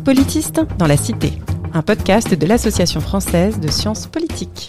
Politiste dans la Cité, un podcast de l'Association française de sciences politiques.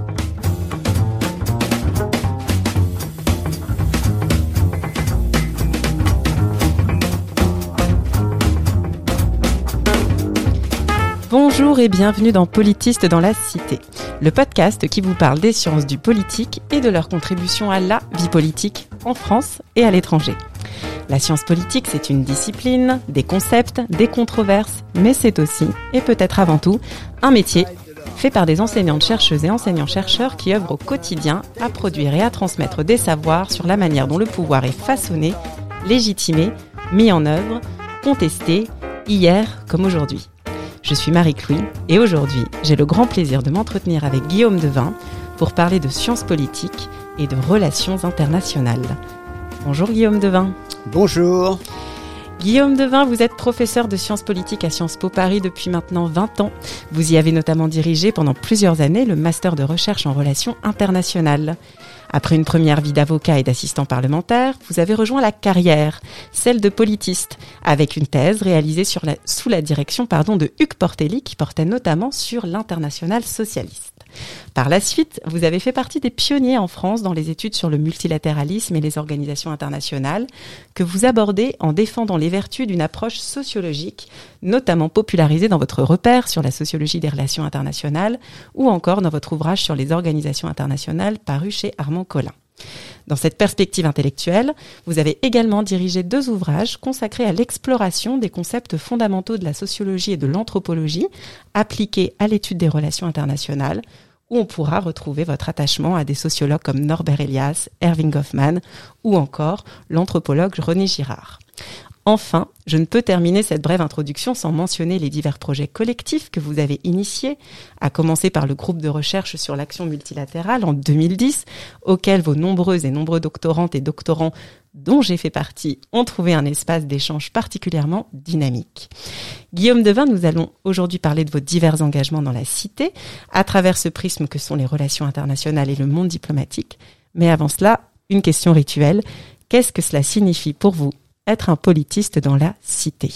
Bonjour et bienvenue dans Politiste dans la Cité, le podcast qui vous parle des sciences du politique et de leur contribution à la vie politique en France et à l'étranger. La science politique, c'est une discipline, des concepts, des controverses, mais c'est aussi, et peut-être avant tout, un métier fait par des enseignantes-chercheuses et enseignants-chercheurs qui œuvrent au quotidien à produire et à transmettre des savoirs sur la manière dont le pouvoir est façonné, légitimé, mis en œuvre, contesté, hier comme aujourd'hui. Je suis Marie-Chlouy et aujourd'hui, j'ai le grand plaisir de m'entretenir avec Guillaume Devin pour parler de sciences politiques et de relations internationales. Bonjour Guillaume Devin. Bonjour. Guillaume Devin, vous êtes professeur de sciences politiques à Sciences Po Paris depuis maintenant 20 ans. Vous y avez notamment dirigé pendant plusieurs années le master de recherche en relations internationales. Après une première vie d'avocat et d'assistant parlementaire, vous avez rejoint la carrière, celle de politiste, avec une thèse réalisée sous la direction de Hugues Portelli, qui portait notamment sur l'internationale socialiste. Par la suite, vous avez fait partie des pionniers en France dans les études sur le multilatéralisme et les organisations internationales, que vous abordez en défendant les vertus d'une approche sociologique, notamment popularisée dans votre repère sur la sociologie des relations internationales, ou encore dans votre ouvrage sur les organisations internationales paru chez Armand Collin. Dans cette perspective intellectuelle, vous avez également dirigé 2 ouvrages consacrés à l'exploration des concepts fondamentaux de la sociologie et de l'anthropologie appliqués à l'étude des relations internationales, où on pourra retrouver votre attachement à des sociologues comme Norbert Elias, Erving Goffman ou encore l'anthropologue René Girard. Enfin, je ne peux terminer cette brève introduction sans mentionner les divers projets collectifs que vous avez initiés, à commencer par le groupe de recherche sur l'action multilatérale en 2010, auquel vos nombreuses et nombreux doctorantes et doctorants, dont j'ai fait partie, ont trouvé un espace d'échange particulièrement dynamique. Guillaume Devin, nous allons aujourd'hui parler de vos divers engagements dans la cité, à travers ce prisme que sont les relations internationales et le monde diplomatique. Mais avant cela, une question rituelle. Qu'est-ce que cela signifie pour vous être un politiste dans la cité?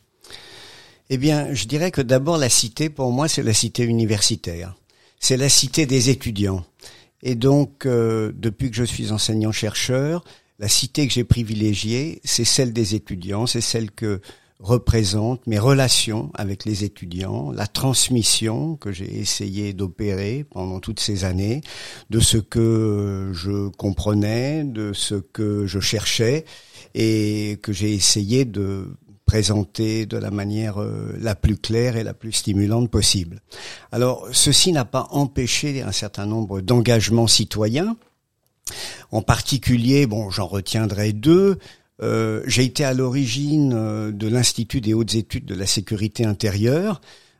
Eh bien, je dirais que d'abord la cité, pour moi, c'est la cité universitaire. C'est la cité des étudiants. Et donc, depuis que je suis enseignant-chercheur, la cité que j'ai privilégiée, c'est celle des étudiants, c'est celle que représentent mes relations avec les étudiants, la transmission que j'ai essayé d'opérer pendant toutes ces années, de ce que je comprenais, de ce que je cherchais, et que j'ai essayé de présenter de la manière la plus claire et la plus stimulante possible. Alors, ceci n'a pas empêché un certain nombre d'engagements citoyens. En particulier, j'en retiendrai 2. J'ai été à l'origine de l'Institut des hautes études de la sécurité intérieure.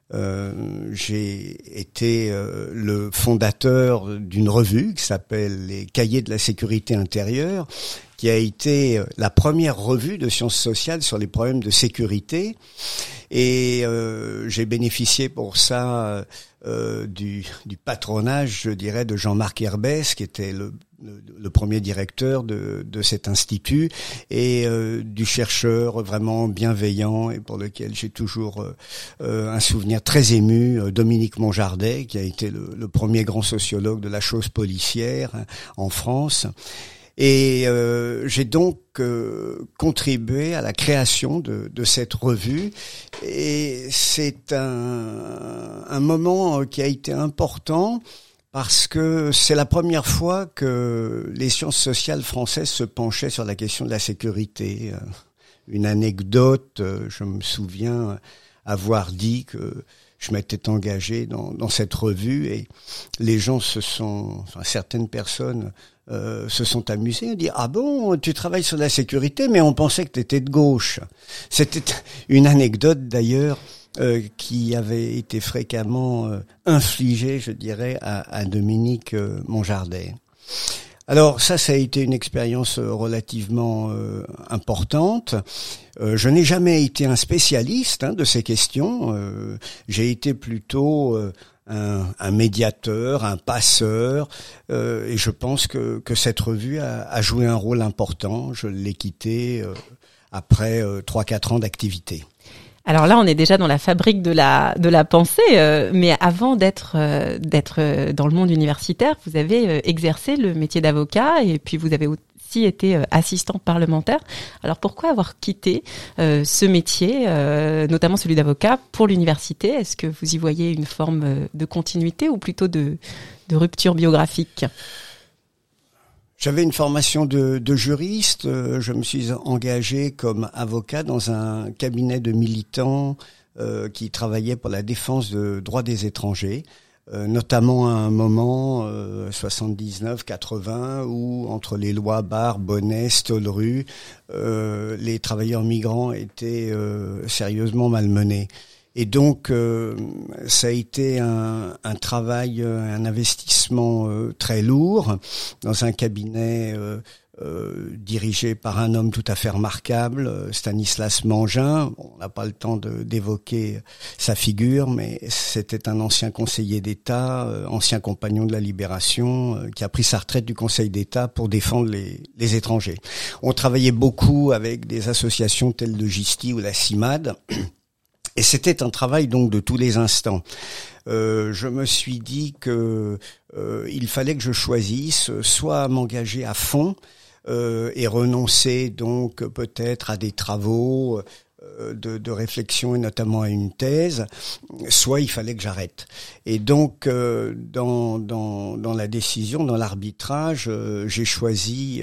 J'ai été le fondateur d'une revue qui s'appelle les Cahiers de la sécurité intérieure, qui a été la première revue de sciences sociales sur les problèmes de sécurité. Et j'ai bénéficié pour ça du patronage, je dirais, de Jean-Marc Herbès, qui était le premier directeur de cet institut, et du chercheur vraiment bienveillant et pour lequel j'ai toujours un souvenir très ému, Dominique Monjardet, qui a été le premier grand sociologue de la chose policière en France. Et j'ai donc contribué à la création de cette revue, et c'est un moment qui a été important parce que c'est la première fois que les sciences sociales françaises se penchaient sur la question de la sécurité. Une anecdote, je me souviens avoir dit que je m'étais engagé dans cette revue, et les gens certaines personnes se sont amusés. On dit « Ah bon, tu travailles sur la sécurité, mais on pensait que tu étais de gauche. » C'était une anecdote d'ailleurs qui avait été fréquemment infligée, je dirais, à Dominique Monjardet. Alors ça a été une expérience relativement importante. Je n'ai jamais été un spécialiste de ces questions. J'ai été plutôt un médiateur, un passeur, et je pense que cette revue a joué un rôle important. Je l'ai quittée après 3-4 ans d'activité. Alors là, on est déjà dans la fabrique de la pensée, mais avant d'être dans le monde universitaire, vous avez exercé le métier d'avocat et puis vous avez aussi été assistant parlementaire. Alors pourquoi avoir quitté ce métier, notamment celui d'avocat, pour l'université? Est-ce que vous y voyez une forme de continuité ou plutôt de rupture biographique? J'avais une formation de juriste. Je me suis engagé comme avocat dans un cabinet de militants qui travaillait pour la défense des droits des étrangers, notamment à un moment 79-80 où entre les lois Barre, Bonnet, Stolleru, les travailleurs migrants étaient sérieusement malmenés. Et donc, ça a été un travail, un investissement très lourd dans un cabinet dirigé par un homme tout à fait remarquable, Stanislas Mangin. On n'a pas le temps d'évoquer sa figure, mais c'était un ancien conseiller d'État, ancien compagnon de la Libération, qui a pris sa retraite du Conseil d'État pour défendre les étrangers. On travaillait beaucoup avec des associations telles de Gisti ou la CIMAD. Et c'était un travail donc de tous les instants. Je me suis dit que il fallait que je choisisse soit m'engager à fond et renoncer donc peut-être à des travaux de réflexion et notamment à une thèse, soit il fallait que j'arrête. Et donc dans la décision, dans l'arbitrage, j'ai choisi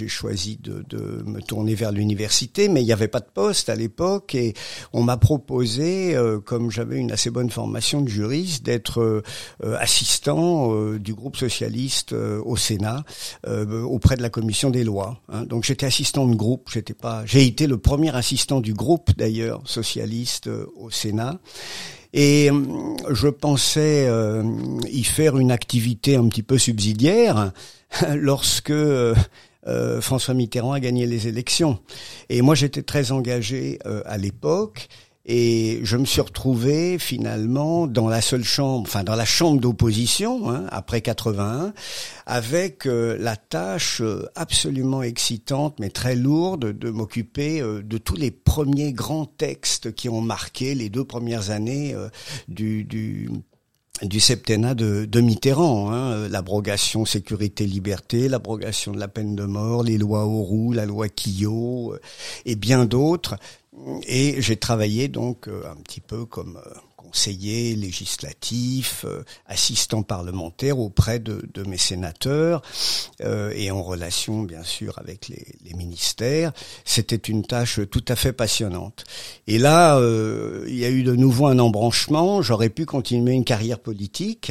de me tourner vers l'université, mais il n'y avait pas de poste à l'époque et on m'a proposé, comme j'avais une assez bonne formation de juriste, d'être assistant du groupe socialiste au Sénat auprès de la commission des lois. Donc j'étais assistant de groupe, j'ai été le premier assistant du groupe d'ailleurs socialiste au Sénat. Et je pensais y faire une activité un petit peu subsidiaire lorsque François Mitterrand a gagné les élections. Et moi, j'étais très engagé à l'époque. Et je me suis retrouvé finalement dans la seule chambre, enfin dans la chambre d'opposition, après 81, avec la tâche absolument excitante mais très lourde de m'occuper de tous les premiers grands textes qui ont marqué les 2 premières années du septennat de Mitterrand, l'abrogation sécurité-liberté, l'abrogation de la peine de mort, les lois Auroux, la loi Quillot et bien d'autres. Et j'ai travaillé donc un petit peu comme conseiller législatif, assistant parlementaire auprès de mes sénateurs et en relation bien sûr avec les ministères. C'était une tâche tout à fait passionnante. Et là, il y a eu de nouveau un embranchement. J'aurais pu continuer une carrière politique.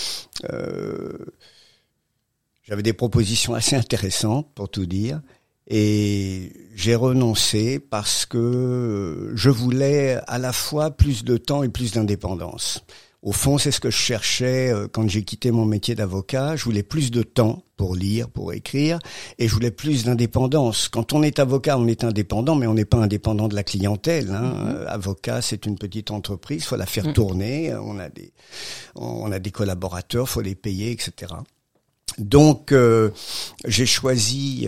J'avais des propositions assez intéressantes pour tout dire. Et j'ai renoncé parce que je voulais à la fois plus de temps et plus d'indépendance. Au fond, c'est ce que je cherchais quand j'ai quitté mon métier d'avocat. Je voulais plus de temps pour lire, pour écrire, et je voulais plus d'indépendance. Quand on est avocat, on est indépendant, mais on n'est pas indépendant de la clientèle. Avocat, c'est une petite entreprise, faut la faire tourner. On a des collaborateurs, faut les payer, etc. Donc, j'ai choisi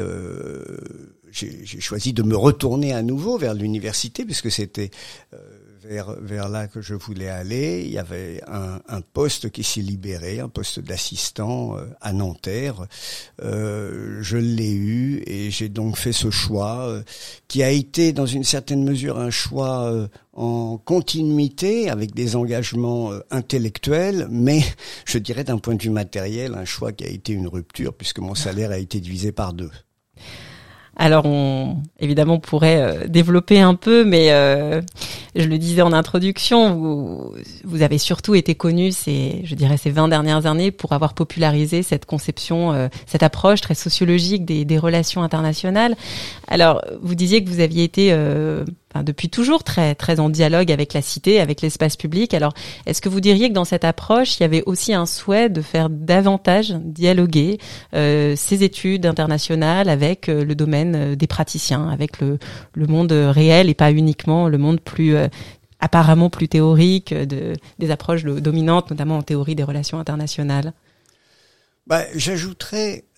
de me retourner à nouveau vers l'université puisque c'était vers là que je voulais aller. Il y avait un poste qui s'est libéré, un poste d'assistant à Nanterre. Je l'ai eu et j'ai donc fait ce choix qui a été dans une certaine mesure un choix en continuité avec des engagements intellectuels, mais je dirais d'un point de vue matériel, un choix qui a été une rupture puisque mon salaire a été divisé par 2. Alors, évidemment, on pourrait développer un peu, mais je le disais en introduction, vous avez surtout été connu ces 20 dernières années pour avoir popularisé cette conception, cette approche très sociologique des relations internationales. Alors, vous disiez que vous aviez été depuis toujours très très en dialogue avec la cité, avec l'espace public. Alors, est-ce que vous diriez que dans cette approche, il y avait aussi un souhait de faire davantage dialoguer ces études internationales avec le domaine des praticiens, avec le monde réel et pas uniquement le monde plus apparemment plus théorique des approches dominantes, notamment en théorie des relations internationales? J'ajouterais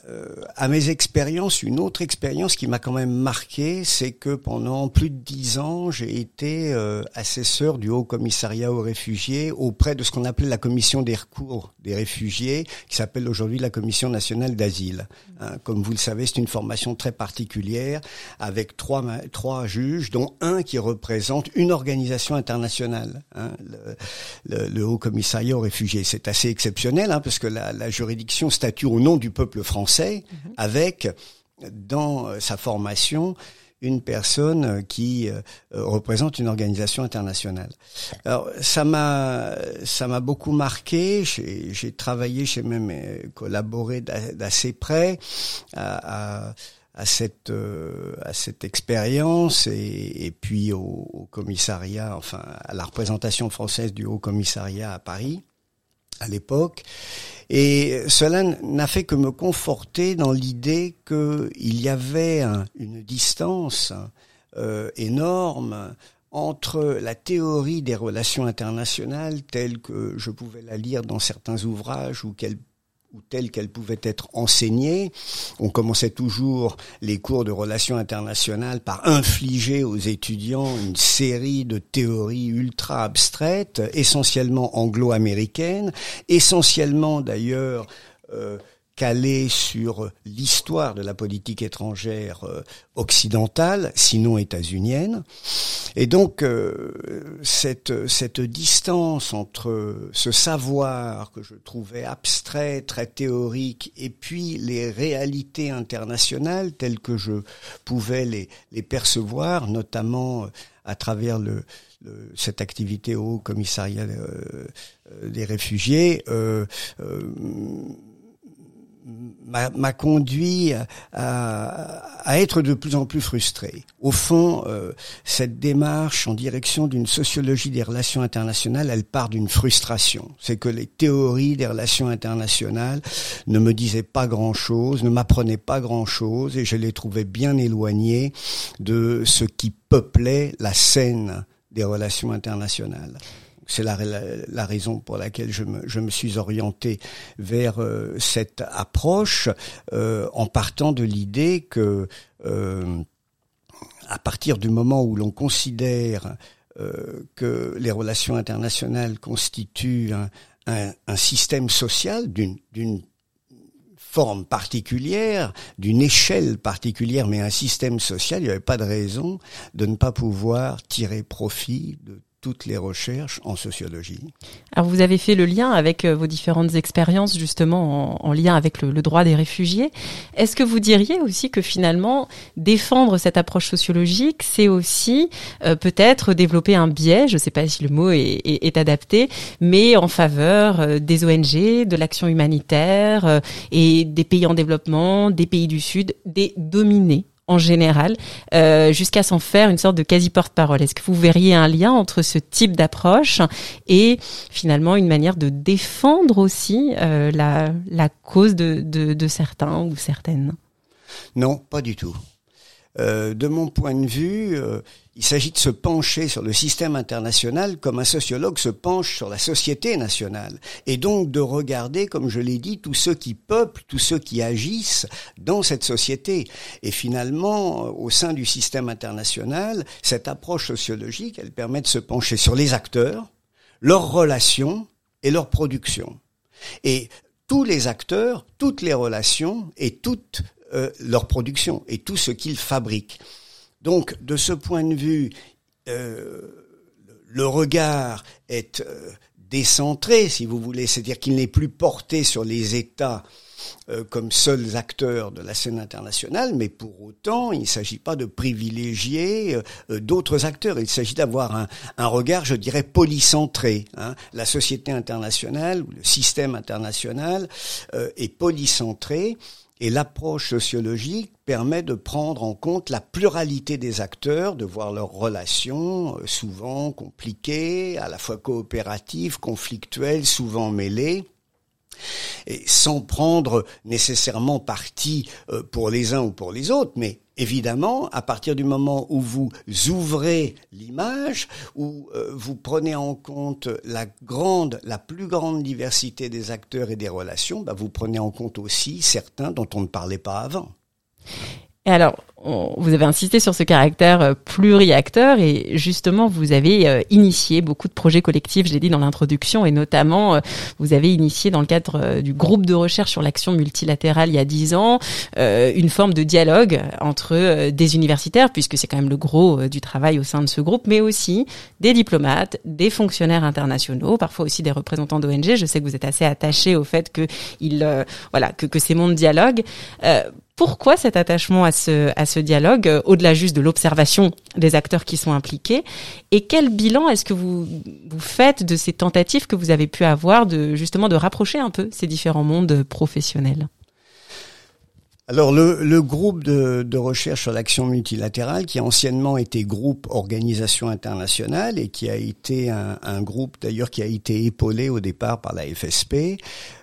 à mes expériences, une autre expérience qui m'a quand même marqué, c'est que pendant plus de 10 ans, j'ai été assesseur du Haut Commissariat aux réfugiés auprès de ce qu'on appelait la Commission des recours des réfugiés, qui s'appelle aujourd'hui la Commission nationale d'asile. Comme vous le savez, c'est une formation très particulière avec trois juges, dont un qui représente une organisation internationale, le Haut Commissariat aux réfugiés. C'est assez exceptionnel, parce que la juridiction statue au nom du peuple français, avec dans sa formation une personne qui représente une organisation internationale. Alors ça m'a beaucoup marqué. J'ai travaillé, j'ai même collaboré d'assez près à cette expérience et puis au commissariat, enfin à la représentation française du Haut Commissariat à Paris à l'époque. Et cela n'a fait que me conforter dans l'idée qu'il y avait une distance énorme entre la théorie des relations internationales telle que je pouvais la lire dans certains ouvrages ou telle qu'elle pouvait être enseignée. On commençait toujours les cours de relations internationales par infliger aux étudiants une série de théories ultra abstraites, essentiellement anglo-américaines, essentiellement d'ailleurs calées sur l'histoire de la politique étrangère occidentale, sinon états-unienne. Et donc cette distance entre ce savoir que je trouvais abstrait, très théorique, et puis les réalités internationales telles que je pouvais les percevoir, notamment à travers cette activité au Commissariat des réfugiés, m'a conduit à être de plus en plus frustré. Au fond, cette démarche en direction d'une sociologie des relations internationales, elle part d'une frustration. C'est que les théories des relations internationales ne me disaient pas grand-chose, ne m'apprenaient pas grand-chose, et je les trouvais bien éloignées de ce qui peuplait la scène des relations internationales. C'est la raison pour laquelle je me suis orienté vers cette approche en partant de l'idée que à partir du moment où l'on considère que les relations internationales constituent un système social d'une forme particulière, d'une échelle particulière, mais un système social, il n'y avait pas de raison de ne pas pouvoir tirer profit de toutes les recherches en sociologie. Alors vous avez fait le lien avec vos différentes expériences justement en lien avec le droit des réfugiés. Est-ce que vous diriez aussi que finalement défendre cette approche sociologique, c'est aussi peut-être développer un biais, je ne sais pas si le mot est adapté, mais en faveur des ONG, de l'action humanitaire et des pays en développement, des pays du Sud, des dominés en général, jusqu'à s'en faire une sorte de quasi-porte-parole. Est-ce que vous verriez un lien entre ce type d'approche et finalement une manière de défendre aussi la cause de certains ou certaines ? Non, pas du tout. De mon point de vue, il s'agit de se pencher sur le système international comme un sociologue se penche sur la société nationale. Et donc de regarder, comme je l'ai dit, tous ceux qui peuplent, tous ceux qui agissent dans cette société. Et finalement, au sein du système international, cette approche sociologique, elle permet de se pencher sur les acteurs, leurs relations et leur production. Et tous les acteurs, toutes les relations et toute leur production et tout ce qu'ils fabriquent. Donc, de ce point de vue, le regard est décentré, si vous voulez, c'est-à-dire qu'il n'est plus porté sur les États comme seuls acteurs de la scène internationale, mais pour autant, il ne s'agit pas de privilégier d'autres acteurs. Il s'agit d'avoir un regard, je dirais, polycentré. La société internationale ou le système international est polycentré. Et l'approche sociologique permet de prendre en compte la pluralité des acteurs, de voir leurs relations, souvent compliquées, à la fois coopératives, conflictuelles, souvent mêlées, et sans prendre nécessairement parti pour les uns ou pour les autres, mais évidemment, à partir du moment où vous ouvrez l'image, où vous prenez en compte la plus grande diversité des acteurs et des relations, vous prenez en compte aussi certains dont on ne parlait pas avant. Et alors, vous avez insisté sur ce caractère pluri-acteur et justement, vous avez initié beaucoup de projets collectifs, je l'ai dit dans l'introduction, et notamment, vous avez initié dans le cadre du groupe de recherche sur l'action multilatérale il y a 10 ans, une forme de dialogue entre des universitaires, puisque c'est quand même le gros du travail au sein de ce groupe, mais aussi des diplomates, des fonctionnaires internationaux, parfois aussi des représentants d'ONG. Je sais que vous êtes assez attachés au fait que ces mondes dialoguent. Pourquoi cet attachement à ce dialogue, au-delà juste de l'observation des acteurs qui sont impliqués, et quel bilan est-ce que vous faites de ces tentatives que vous avez pu avoir de rapprocher un peu ces différents mondes professionnels? Alors le groupe de recherche sur l'action multilatérale, qui a anciennement été groupe organisation internationale et qui a été un groupe d'ailleurs qui a été épaulé au départ par la FSP,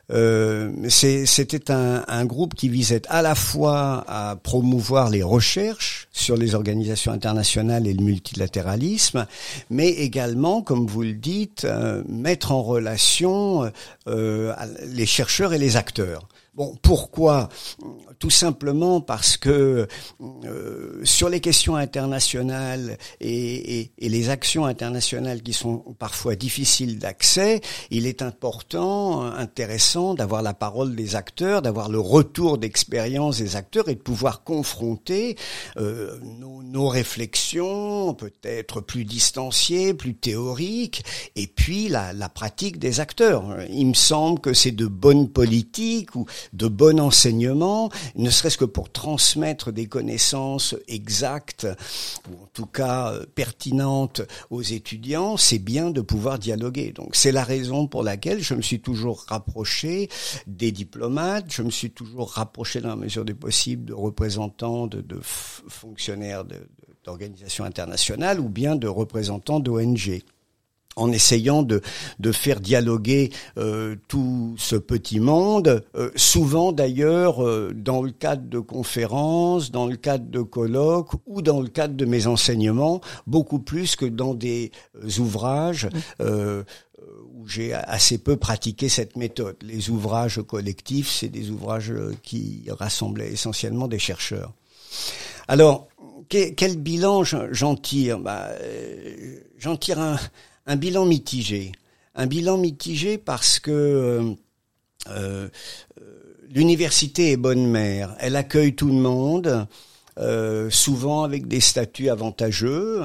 c'était un groupe qui visait à la fois à promouvoir les recherches sur les organisations internationales et le multilatéralisme, mais également, comme vous le dites, mettre en relation les chercheurs et les acteurs. Bon, pourquoi ? Tout simplement parce que sur les questions internationales et les actions internationales qui sont parfois difficiles d'accès, il est intéressant d'avoir la parole des acteurs, d'avoir le retour d'expérience des acteurs et de pouvoir confronter nos réflexions, peut-être plus distanciées, plus théoriques, et puis la pratique des acteurs. Il me semble que c'est de bonnes politiques ou de bon enseignement, ne serait-ce que pour transmettre des connaissances exactes ou en tout cas pertinentes aux étudiants, c'est bien de pouvoir dialoguer. Donc c'est la raison pour laquelle je me suis toujours rapproché des diplomates, je me suis toujours rapproché dans la mesure du possible de représentants de fonctionnaires d'organisations internationales ou bien de représentants d'ONG, en essayant de faire dialoguer tout ce petit monde, souvent d'ailleurs dans le cadre de conférences, dans le cadre de colloques ou dans le cadre de mes enseignements, beaucoup plus que dans des ouvrages où j'ai assez peu pratiqué cette méthode. Les ouvrages collectifs, c'est des ouvrages qui rassemblaient essentiellement des chercheurs. Alors, quel bilan j'en tire ? J'en tire un bilan mitigé. Un bilan mitigé parce que l'université est bonne mère. Elle accueille tout le monde, souvent avec des statuts avantageux.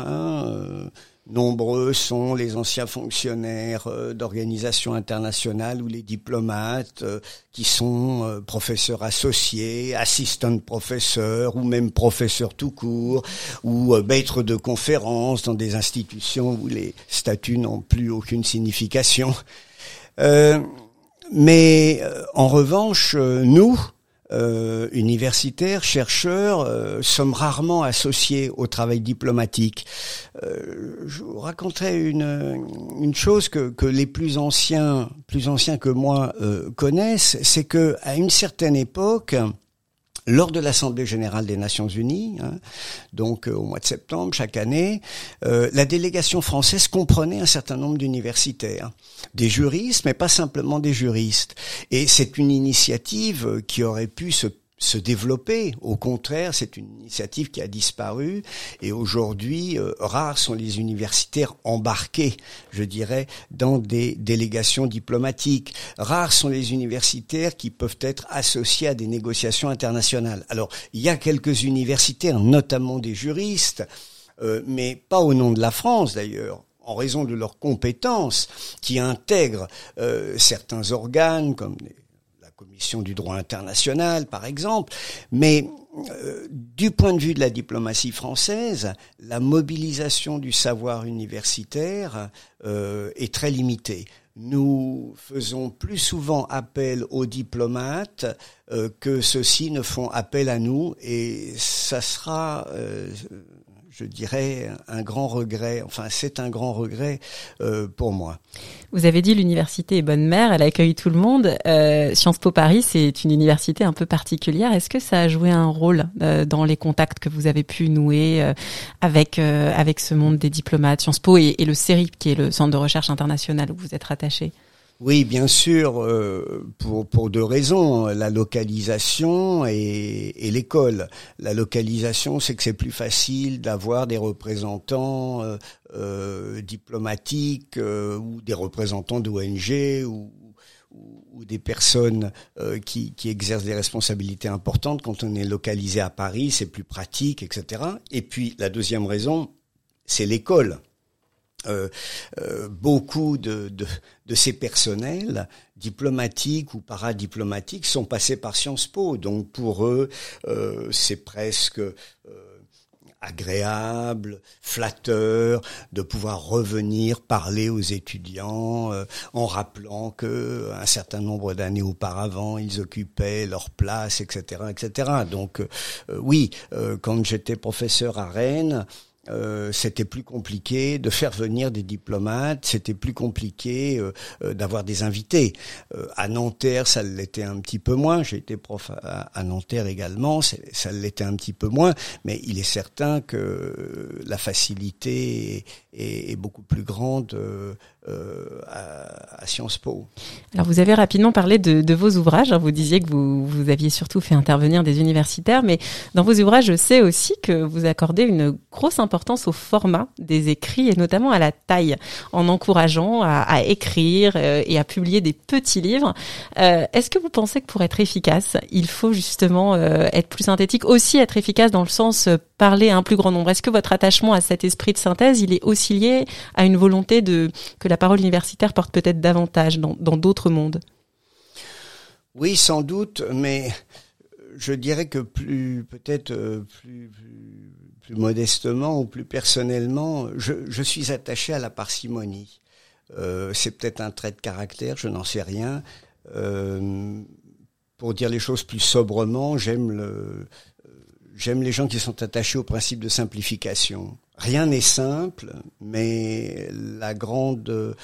Nombreux sont les anciens fonctionnaires d'organisations internationales ou les diplomates qui sont professeurs associés, assistant professeurs ou même professeurs tout court ou maîtres de conférences dans des institutions où les statuts n'ont plus aucune signification. Mais en revanche, nous, universitaires, chercheurs, sommes rarement associés au travail diplomatique. Je vous raconterai une chose que les plus anciens que moi connaissent, c'est que à une certaine époque, lors de l'Assemblée générale des Nations Unies, donc au mois de septembre chaque année, la délégation française comprenait un certain nombre d'universitaires, des juristes, mais pas simplement des juristes. Et c'est une initiative qui aurait pu se développer. Au contraire, c'est une initiative qui a disparu et aujourd'hui, rares sont les universitaires embarqués, je dirais, dans des délégations diplomatiques. Rares sont les universitaires qui peuvent être associés à des négociations internationales. Alors, il y a quelques universitaires, notamment des juristes, mais pas au nom de la France d'ailleurs, en raison de leurs compétences, qui intègrent certains organes comme la Commission du droit international, par exemple. Mais du point de vue de la diplomatie française, la mobilisation du savoir universitaire est très limitée. Nous faisons plus souvent appel aux diplomates que ceux-ci ne font appel à nous, et ça sera... je dirais, un grand regret. Enfin, c'est un grand regret pour moi. Vous avez dit l'université est bonne mère, elle accueille tout le monde. Sciences Po Paris, c'est une université un peu particulière. Est-ce que ça a joué un rôle dans les contacts que vous avez pu nouer avec ce monde des diplomates, Sciences Po et le CERIP, qui est le Centre de recherche international où vous êtes rattaché? Oui, bien sûr, pour deux raisons, la localisation et l'école. La localisation, c'est que c'est plus facile d'avoir des représentants diplomatiques ou des représentants d'ONG ou des personnes qui exercent des responsabilités importantes. Quand on est localisé à Paris, c'est plus pratique, etc. Et puis, la deuxième raison, c'est l'école. Beaucoup de ces personnels diplomatiques ou paradiplomatiques sont passés par Sciences Po. Donc pour eux, c'est presque agréable, flatteur de pouvoir revenir parler aux étudiants en rappelant que un certain nombre d'années auparavant, ils occupaient leur place, etc., etc. Donc oui, quand j'étais professeur à Rennes, c'était plus compliqué de faire venir des diplomates, c'était plus compliqué d'avoir des invités. À Nanterre, ça l'était un petit peu moins. J'ai été prof à Nanterre également, ça l'était un petit peu moins. Mais il est certain que la facilité est beaucoup plus grande à Sciences Po. Alors vous avez rapidement parlé de vos ouvrages. Vous disiez que vous aviez surtout fait intervenir des universitaires, mais dans vos ouvrages, je sais aussi que vous accordez une grosse importance au format des écrits et notamment à la taille, en encourageant à écrire et à publier des petits livres. Est-ce que vous pensez que pour être efficace, il faut justement être plus synthétique, aussi être efficace dans le sens parler à un plus grand nombre? Est-ce que votre attachement à cet esprit de synthèse, il est aussi lié à une volonté que la parole universitaire porte peut-être davantage dans d'autres mondes? Oui, sans doute, mais je dirais que plus modestement ou plus personnellement, je suis attaché à la parcimonie. C'est peut-être un trait de caractère, je n'en sais rien. Pour dire les choses plus sobrement, j'aime les gens qui sont attachés au principe de simplification. Rien n'est simple, mais la grande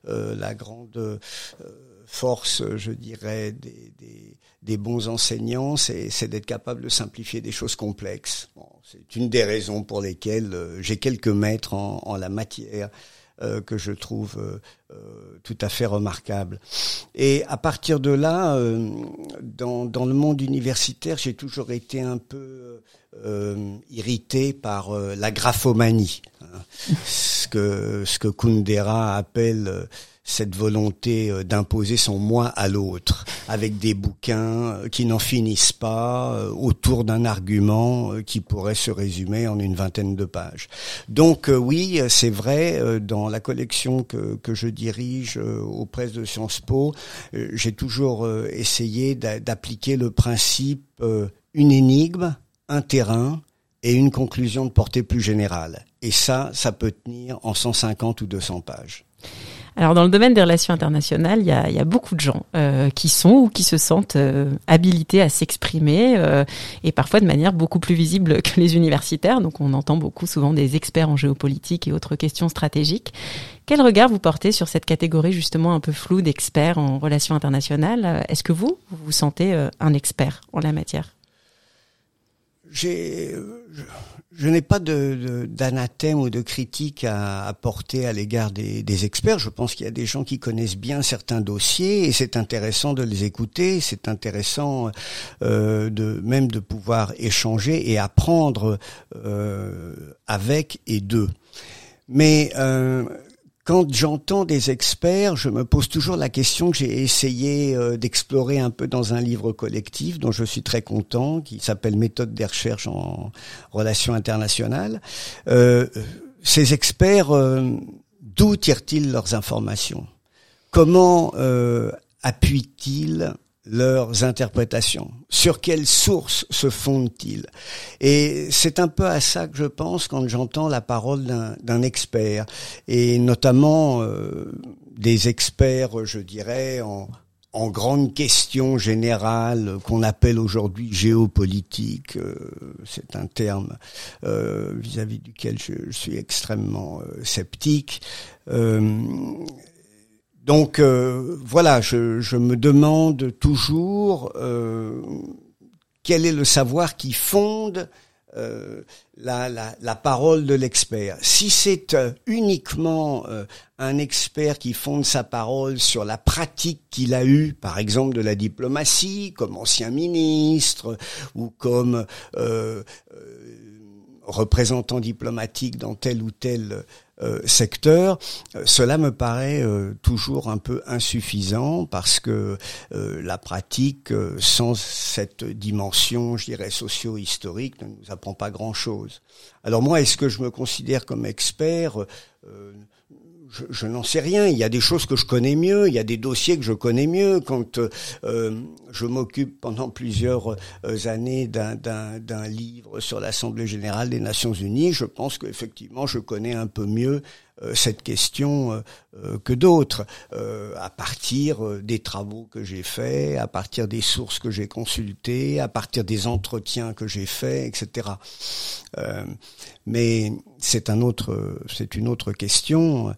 force, je dirais, des bons enseignants, c'est d'être capable de simplifier des choses complexes. Bon, c'est une des raisons pour lesquelles j'ai quelques maîtres en la matière que je trouve tout à fait remarquables. Et à partir de là, dans le monde universitaire, j'ai toujours été un peu irrité par la graphomanie, hein. Ce que Kundera appelle cette volonté d'imposer son moi à l'autre, avec des bouquins qui n'en finissent pas, autour d'un argument qui pourrait se résumer en une vingtaine de pages. Donc oui, c'est vrai, dans la collection que je dirige aux presses de Sciences Po, j'ai toujours essayé d'appliquer le principe une énigme, un terrain et une conclusion de portée plus générale. Et ça peut tenir en 150 ou 200 pages. Alors dans le domaine des relations internationales, il y a beaucoup de gens qui sont ou qui se sentent habilités à s'exprimer et parfois de manière beaucoup plus visible que les universitaires. Donc on entend souvent des experts en géopolitique et autres questions stratégiques. Quel regard vous portez sur cette catégorie justement un peu floue d'experts en relations internationales? Est-ce que vous vous sentez un expert en la matière? Je n'ai pas d'anathème ou de critique à porter à l'égard des experts. Je pense qu'il y a des gens qui connaissent bien certains dossiers et c'est intéressant de les écouter. C'est intéressant même de pouvoir échanger et apprendre avec et d'eux. Mais quand j'entends des experts, je me pose toujours la question que j'ai essayé d'explorer un peu dans un livre collectif dont je suis très content, qui s'appelle Méthode des recherches en relations internationales. Ces experts, d'où tirent-ils leurs informations? Comment appuient-ils leurs interprétations? Sur quelles sources se fondent-ils? Et c'est un peu à ça que je pense quand j'entends la parole d'un expert, et notamment des experts, je dirais, en grandes questions générales qu'on appelle aujourd'hui géopolitique, c'est un terme vis-à-vis duquel je suis extrêmement sceptique. Donc voilà, je me demande toujours quel est le savoir qui fonde la parole de l'expert. Si c'est uniquement un expert qui fonde sa parole sur la pratique qu'il a eue, par exemple de la diplomatie, comme ancien ministre ou comme représentant diplomatique dans tel ou tel secteur, cela me paraît toujours un peu insuffisant parce que la pratique sans cette dimension, je dirais, socio-historique ne nous apprend pas grand-chose. Alors moi, est-ce que je me considère comme expert ? Je n'en sais rien. Il y a des choses que je connais mieux, il y a des dossiers que je connais mieux. Quand je m'occupe pendant plusieurs années d'un livre sur l'Assemblée générale des Nations unies, je pense qu'effectivement je connais un peu mieux cette question que d'autres, à partir des travaux que j'ai faits, à partir des sources que j'ai consultées, à partir des entretiens que j'ai faits, etc. Mais c'est une autre question.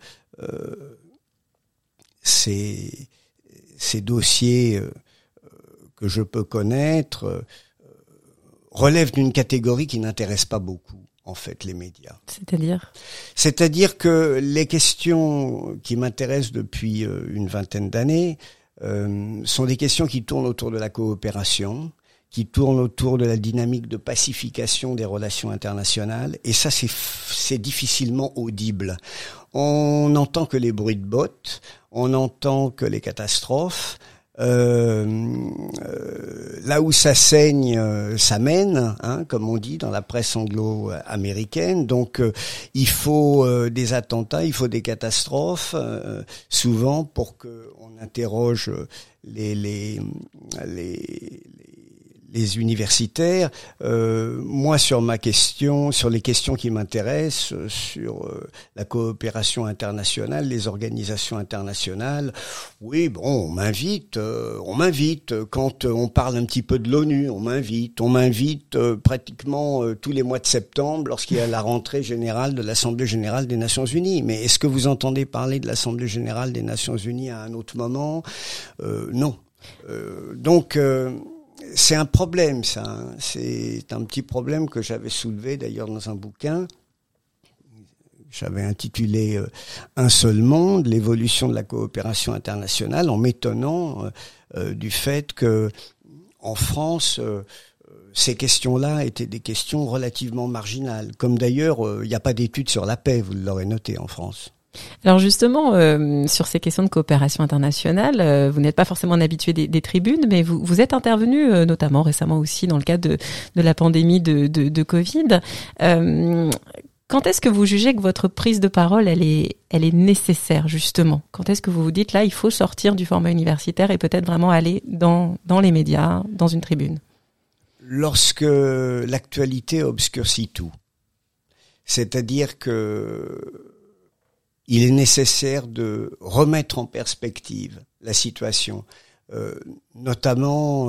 Ces dossiers que je peux connaître relèvent d'une catégorie qui n'intéresse pas beaucoup, en fait, les médias. C'est-à-dire que les questions qui m'intéressent depuis une vingtaine d'années sont des questions qui tournent autour de la coopération, qui tournent autour de la dynamique de pacification des relations internationales, et ça c'est difficilement audible. On n'entend que les bruits de bottes, on n'entend que les catastrophes. Là où ça saigne, ça mène, comme on dit dans la presse anglo-américaine. Donc il faut des attentats, il faut des catastrophes, souvent pour que on interroge les universitaires. Moi, sur les questions qui m'intéressent, sur la coopération internationale, les organisations internationales, oui, bon, on m'invite. Quand on parle un petit peu de l'ONU, on m'invite pratiquement tous les mois de septembre lorsqu'il y a la rentrée générale de l'Assemblée générale des Nations unies. Mais est-ce que vous entendez parler de l'Assemblée générale des Nations unies à un autre moment ? Non. Donc c'est un problème, ça. C'est un petit problème que j'avais soulevé d'ailleurs dans un bouquin. J'avais intitulé « Un seul monde, l'évolution de la coopération internationale » en m'étonnant du fait que en France, ces questions-là étaient des questions relativement marginales. Comme d'ailleurs, il n'y a pas d'études sur la paix, vous l'aurez noté en France. Alors justement, sur ces questions de coopération internationale, vous n'êtes pas forcément un habitué des tribunes, mais vous êtes intervenu, notamment récemment aussi dans le cadre de la pandémie de Covid. Quand est-ce que vous jugez que votre prise de parole, elle est nécessaire, justement ? Quand est-ce que vous vous dites, là, il faut sortir du format universitaire et peut-être vraiment aller dans les médias, dans une tribune ? Lorsque l'actualité obscurcit tout. C'est-à-dire que il est nécessaire de remettre en perspective la situation, notamment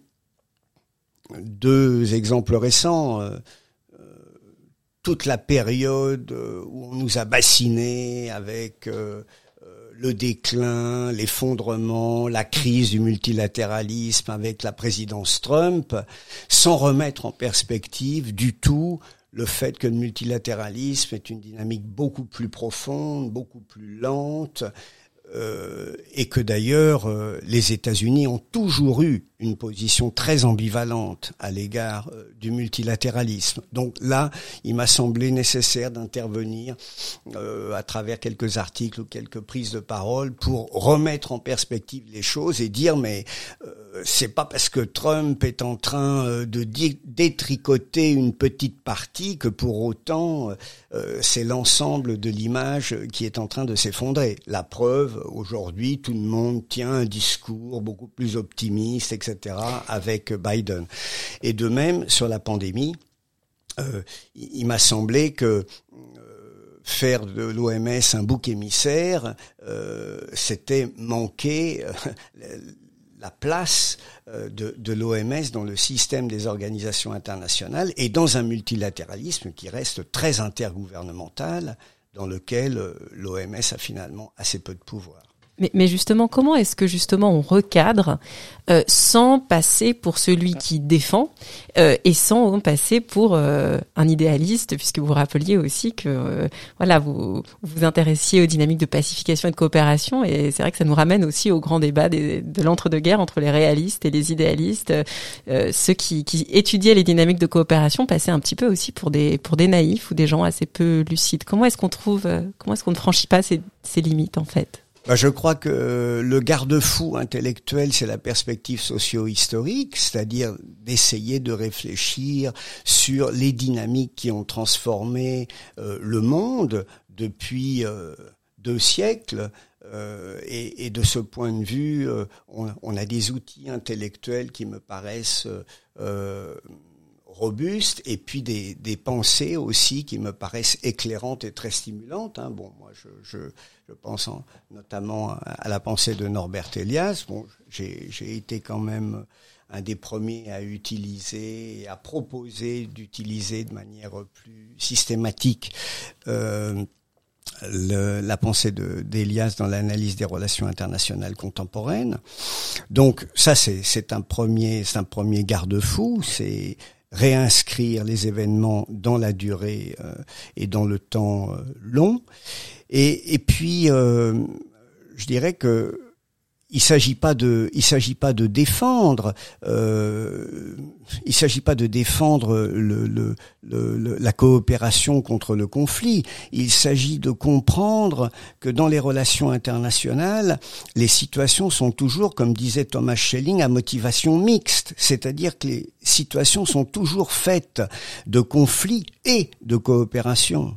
deux exemples récents. Toute la période où on nous a bassinés avec le déclin, l'effondrement, la crise du multilatéralisme avec la présidence Trump, sans remettre en perspective du tout le fait que le multilatéralisme est une dynamique beaucoup plus profonde, beaucoup plus lente, et que d'ailleurs les États-Unis ont toujours eu une position très ambivalente à l'égard du multilatéralisme. Donc là, il m'a semblé nécessaire d'intervenir à travers quelques articles ou quelques prises de parole pour remettre en perspective les choses et dire mais c'est pas parce que Trump est en train de détricoter une petite partie que pour autant c'est l'ensemble de l'image qui est en train de s'effondrer. La preuve, aujourd'hui, tout le monde tient un discours beaucoup plus optimiste, etc., avec Biden. Et de même, sur la pandémie, il m'a semblé que faire de l'OMS un bouc émissaire, c'était manquer la place de l'OMS dans le système des organisations internationales et dans un multilatéralisme qui reste très intergouvernemental, dans lequel l'OMS a finalement assez peu de pouvoir. Mais justement, comment est-ce que justement on recadre sans passer pour celui qui défend et sans passer pour un idéaliste, puisque vous rappeliez aussi que vous vous intéressiez aux dynamiques de pacification et de coopération, et c'est vrai que ça nous ramène aussi au grand débat de l'entre-deux-guerres entre les réalistes et les idéalistes. Ceux qui étudiaient les dynamiques de coopération passaient un petit peu aussi pour des naïfs ou des gens assez peu lucides. Comment est-ce qu'on ne franchit pas ces limites en fait? Je crois que le garde-fou intellectuel, c'est la perspective socio-historique, c'est-à-dire d'essayer de réfléchir sur les dynamiques qui ont transformé le monde depuis 2 siècles. Et de ce point de vue, on a des outils intellectuels qui me paraissent robustes, et puis des pensées aussi qui me paraissent éclairantes et très stimulantes. Bon, moi, je pense notamment à la pensée de Norbert Elias. Bon, j'ai été quand même un des premiers à utiliser et à proposer d'utiliser de manière plus systématique la pensée d'Elias dans l'analyse des relations internationales contemporaines. Donc ça, c'est un premier garde-fou, c'est réinscrire les événements dans la durée et dans le temps long. Et puis, je dirais que il s'agit pas de défendre la coopération contre le conflit. Il s'agit de comprendre que dans les relations internationales, les situations sont toujours, comme disait Thomas Schelling, à motivation mixte. C'est-à-dire que les situations sont toujours faites de conflits et de coopération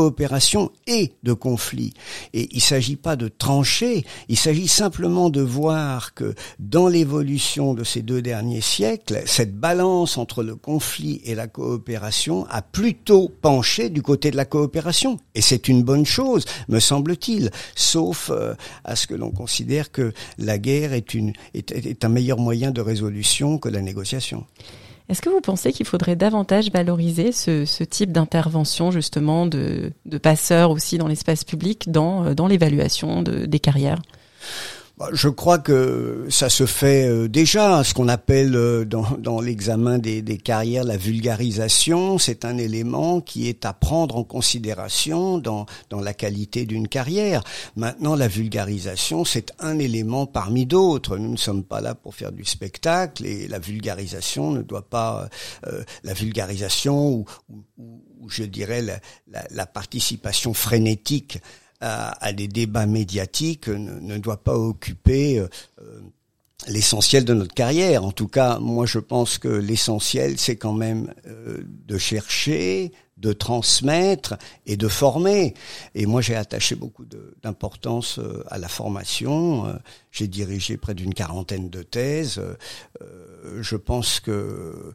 et de conflits. Et il s'agit pas de trancher, il s'agit simplement de voir que dans l'évolution de ces 2 derniers siècles, cette balance entre le conflit et la coopération a plutôt penché du côté de la coopération. Et c'est une bonne chose, me semble-t-il, sauf à ce que l'on considère que la guerre est un meilleur moyen de résolution que la négociation. Est-ce que vous pensez qu'il faudrait davantage valoriser ce type d'intervention justement de passeurs aussi dans l'espace public, dans l'évaluation des carrières ? Je crois que ça se fait déjà, ce qu'on appelle dans l'examen des carrières la vulgarisation. C'est un élément qui est à prendre en considération dans la qualité d'une carrière. Maintenant, la vulgarisation, c'est un élément parmi d'autres. Nous ne sommes pas là pour faire du spectacle, et la vulgarisation ne doit pas la vulgarisation ou je dirais la participation frénétique à des débats médiatiques ne doit pas occuper l'essentiel de notre carrière. En tout cas, moi je pense que l'essentiel c'est quand même de chercher, de transmettre et de former. Et moi j'ai attaché beaucoup d'importance à la formation. J'ai dirigé près d'une 40aine de thèses. Je pense que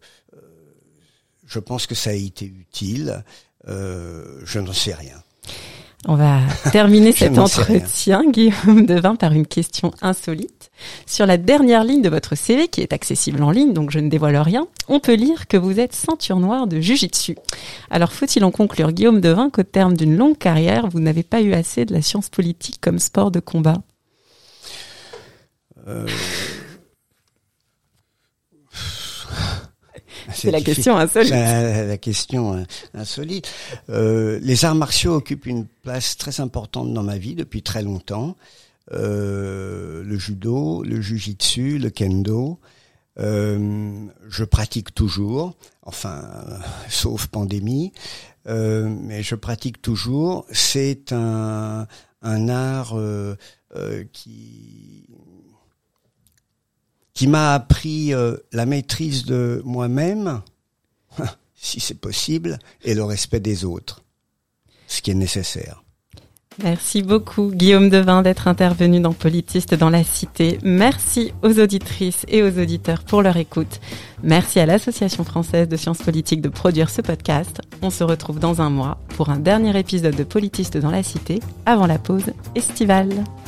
ça a été utile. Je n'en sais rien. On va terminer cet entretien, Guillaume Devin, par une question insolite. Sur la dernière ligne de votre CV, qui est accessible en ligne, donc je ne dévoile rien, on peut lire que vous êtes ceinture noire de Jiu-Jitsu. Alors faut-il en conclure, Guillaume Devin, qu'au terme d'une longue carrière, vous n'avez pas eu assez de la science politique comme sport de combat ? C'est la question insolite. La question insolite. Les arts martiaux occupent une place très importante dans ma vie depuis très longtemps. Le judo, le jiu-jitsu, le kendo. Je pratique toujours, sauf pandémie, mais je pratique toujours. C'est un art qui m'a appris la maîtrise de moi-même, si c'est possible, et le respect des autres, ce qui est nécessaire. Merci beaucoup Guillaume Devin d'être intervenu dans Politiste dans la Cité. Merci aux auditrices et aux auditeurs pour leur écoute. Merci à l'Association française de sciences politiques de produire ce podcast. On se retrouve dans un mois pour un dernier épisode de Politiste dans la Cité avant la pause estivale.